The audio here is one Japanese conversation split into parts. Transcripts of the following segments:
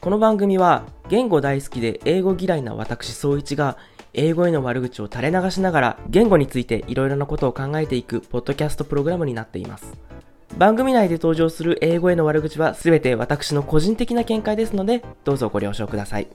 この番組は言語大好きで英語嫌いな私総一が英語への悪口を垂れ流しながら言語についていろいろなことを考えていくポッドキャストプログラムになっています。番組内で登場する英語への悪口はすべて私の個人的な見解ですのでどうぞご了承ください。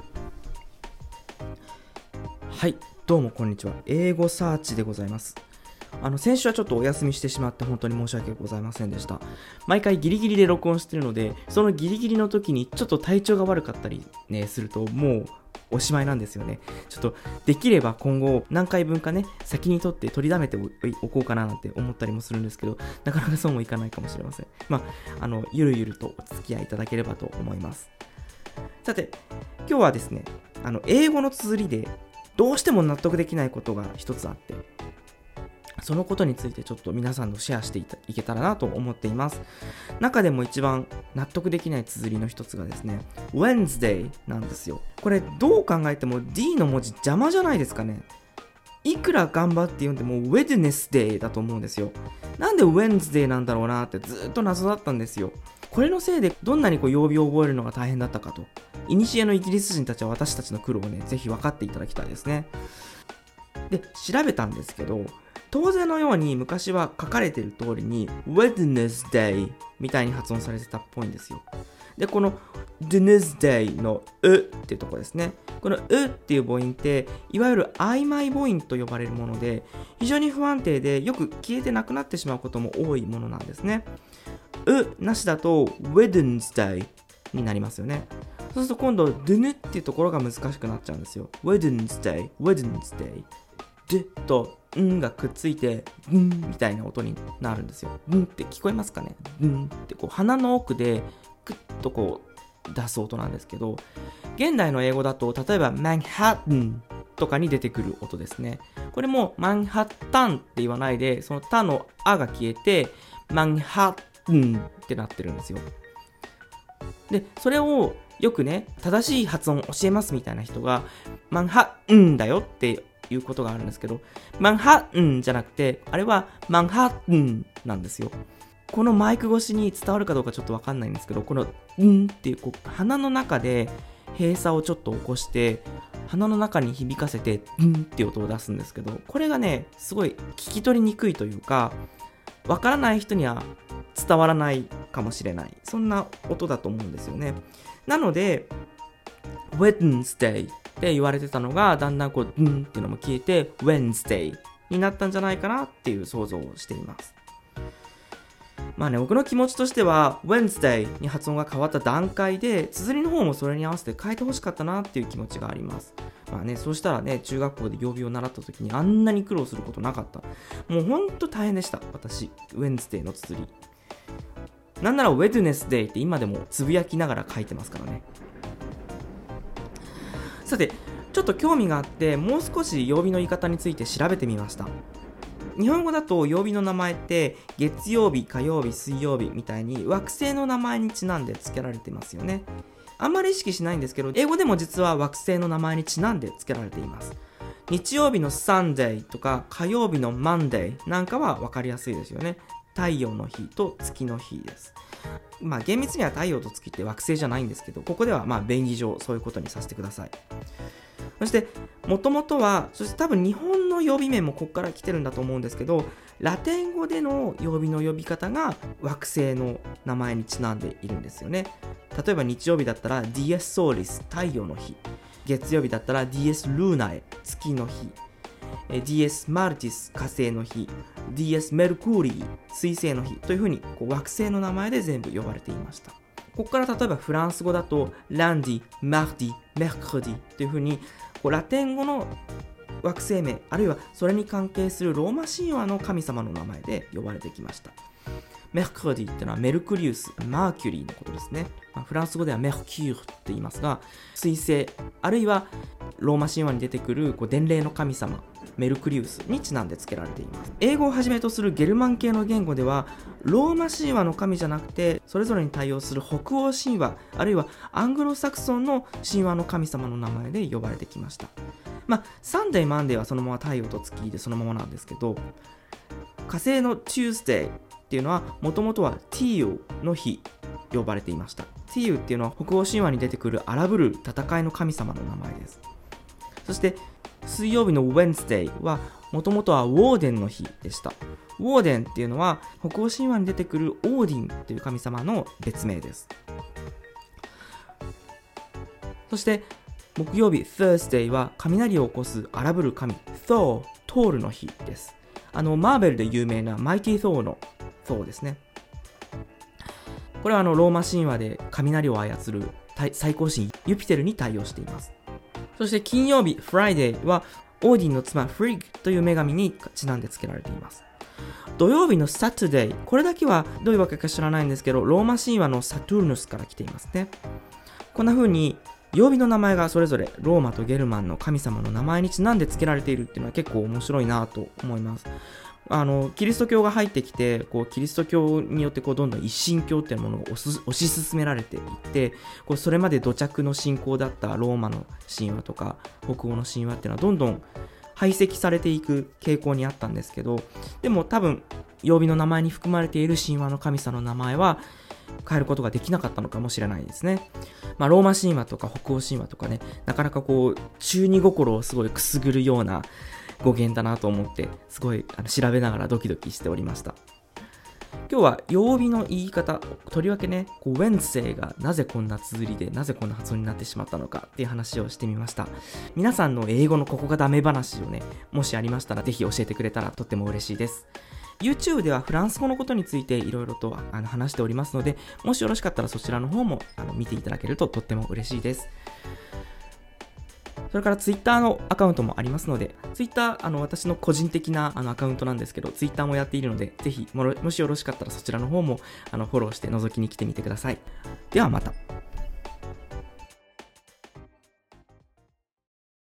はい、どうもこんにちは。英語サーチでございます。先週はちょっとお休みしてしまって本当に申し訳ございませんでした。毎回ギリギリで録音してるので、そのギリギリの時にちょっと体調が悪かったりねするともうおしまいなんですよね。ちょっとできれば今後何回分かね先に取って取りだめておこうかななんて思ったりもするんですけど、なかなかそうもいかないかもしれません。ゆるゆるとお付き合いいただければと思います。さて今日はですね、英語の綴りでどうしても納得できないことが一つあって、そのことについてちょっと皆さんとシェアしていけたらなと思っています。中でも一番納得できない綴りの一つがですね、Wednesday なんですよ。これどう考えても D の文字邪魔じゃないですかね。いくら頑張って読んでも Wednesday だと思うんですよ。なんで Wednesday なんだろうなってずっと謎だったんですよ。これのせいでどんなに曜日を覚えるのが大変だったかと、古のイギリス人たちは私たちの苦労をね、ぜひ分かっていただきたいですね。で、調べたんですけど、当然のように昔は書かれている通りに Wednesday みたいに発音されてたっぽいんですよ。で、この Wednesday のっていうところですね。このっていう母音っていわゆる曖昧母音と呼ばれるもので、非常に不安定でよく消えてなくなってしまうことも多いものなんですね。なしだと Wednesday になりますよね。そうすると今度 dn っていうところが難しくなっちゃうんですよ。Wednesday とがくっついてみたいな音になるんですよ。って聞こえますかね。って鼻の奥でクッと出す音なんですけど、現代の英語だと例えばマンハッタンとかに出てくる音ですね。これもマンハッタンって言わないで、そのタのあが消えてマンハッタンってなってるんですよ。で、それをよくね、正しい発音を教えますみたいな人がマンハッンだよっていうことがあるんですけど、マンハッンじゃなくて、あれはマンハッンなんですよ。このマイク越しに伝わるかどうかちょっとわかんないんですけど、このっていう鼻の中で閉鎖をちょっと起こして鼻の中に響かせてっていう音を出すんですけど、これがねすごい聞き取りにくいというか、わからない人には伝わらないかもしれない、そんな音だと思うんですよね。なので Wednesday って言われてたのがだんだんっていうのも消えて Wednesday になったんじゃないかなっていう想像をしています。僕の気持ちとしては Wednesday に発音が変わった段階で綴りの方もそれに合わせて変えてほしかったなっていう気持ちがあります。そうしたらね、中学校で曜日を習った時にあんなに苦労することなかった。もうほんと大変でした、私 Wednesday の綴り。なんなら Wednesday って今でもつぶやきながら書いてますからね。さて、ちょっと興味があってもう少し曜日の言い方について調べてみました。日本語だと曜日の名前って月曜日、火曜日、水曜日みたいに惑星の名前にちなんで付けられてますよね。あんまり意識しないんですけど、英語でも実は惑星の名前にちなんで付けられています。日曜日の Sunday とか火曜日の Monday なんかは分かりやすいですよね。太陽の日と月の日です。厳密には太陽と月って惑星じゃないんですけど、ここでは便宜上そういうことにさせてください。そしてもともとは、そして多分日本の曜日名もここから来てるんだと思うんですけど、ラテン語での曜日の呼び方が惑星の名前にちなんでいるんですよね。例えば日曜日だったら Dies Solis 太陽の日、月曜日だったら Dies Lunae 月の日、Dies Martis 火星の日、Dies Mercurii 水星の日というふうに惑星の名前で全部呼ばれていました。ここから例えばフランス語だとランディ、マーディ、メルクディというふうにラテン語の惑星名、あるいはそれに関係するローマ神話の神様の名前で呼ばれてきました。メルクディっていうのはメルクリウス、マーキュリーのことですね。フランス語ではメルキュールって言いますが、水星あるいはローマ神話に出てくる伝令の神様メルクリウスにちなんで付けられています。英語をはじめとするゲルマン系の言語ではローマ神話の神じゃなくて、それぞれに対応する北欧神話あるいはアングロサクソンの神話の神様の名前で呼ばれてきました。サンデーマンデーはそのまま太陽と月でそのままなんですけど、火星の Tuesday っていうのはもともとは Teal の日呼ばれていました。 ティウっていうのは北欧神話に出てくる荒ぶる戦いの神様の名前です。そして水曜日の Wednesday はもともとはウォーデンの日でした。ウォーデンっていうのは北欧神話に出てくるオーディンという神様の別名です。そして木曜日 Thursday は雷を起こす荒ぶる神 Thor、トールの日です。マーベルで有名なマイティ・ソーのThorですね。これはローマ神話で雷を操る最高神ユピテルに対応しています。そして金曜日 Friday はオーディンの妻フリグという女神にちなんで付けられています。土曜日の Saturday、 これだけはどういうわけか知らないんですけど、ローマ神話のサトゥルヌスから来ていますね。こんな風に曜日の名前がそれぞれローマとゲルマンの神様の名前にちなんで付けられているっていうのは結構面白いなと思います。キリスト教が入ってきて、キリスト教によってどんどん一神教っていうものが推し進められていって、それまで土着の信仰だったローマの神話とか北欧の神話っていうのはどんどん排斥されていく傾向にあったんですけど、でも多分曜日の名前に含まれている神話の神様の名前は変えることができなかったのかもしれないですね。ローマ神話とか北欧神話とかね、なかなか中二心をすごいくすぐるような語源だなと思って、すごい調べながらドキドキしておりました。今日は曜日の言い方、とりわけね、Wednesday がなぜこんな綴りで、なぜこんな発音になってしまったのかっていう話をしてみました。皆さんの英語のここがダメ話をね、もしありましたらぜひ教えてくれたらとっても嬉しいです。YouTube ではフランス語のことについていろいろと話しておりますので、もしよろしかったらそちらの方も見ていただけるととっても嬉しいです。それから Twitter のアカウントもありますので、Twitter 私の個人的なアカウントなんですけど、Twitter もやっているので、ぜひもしよろしかったらそちらの方もフォローして覗きに来てみてください。ではまた。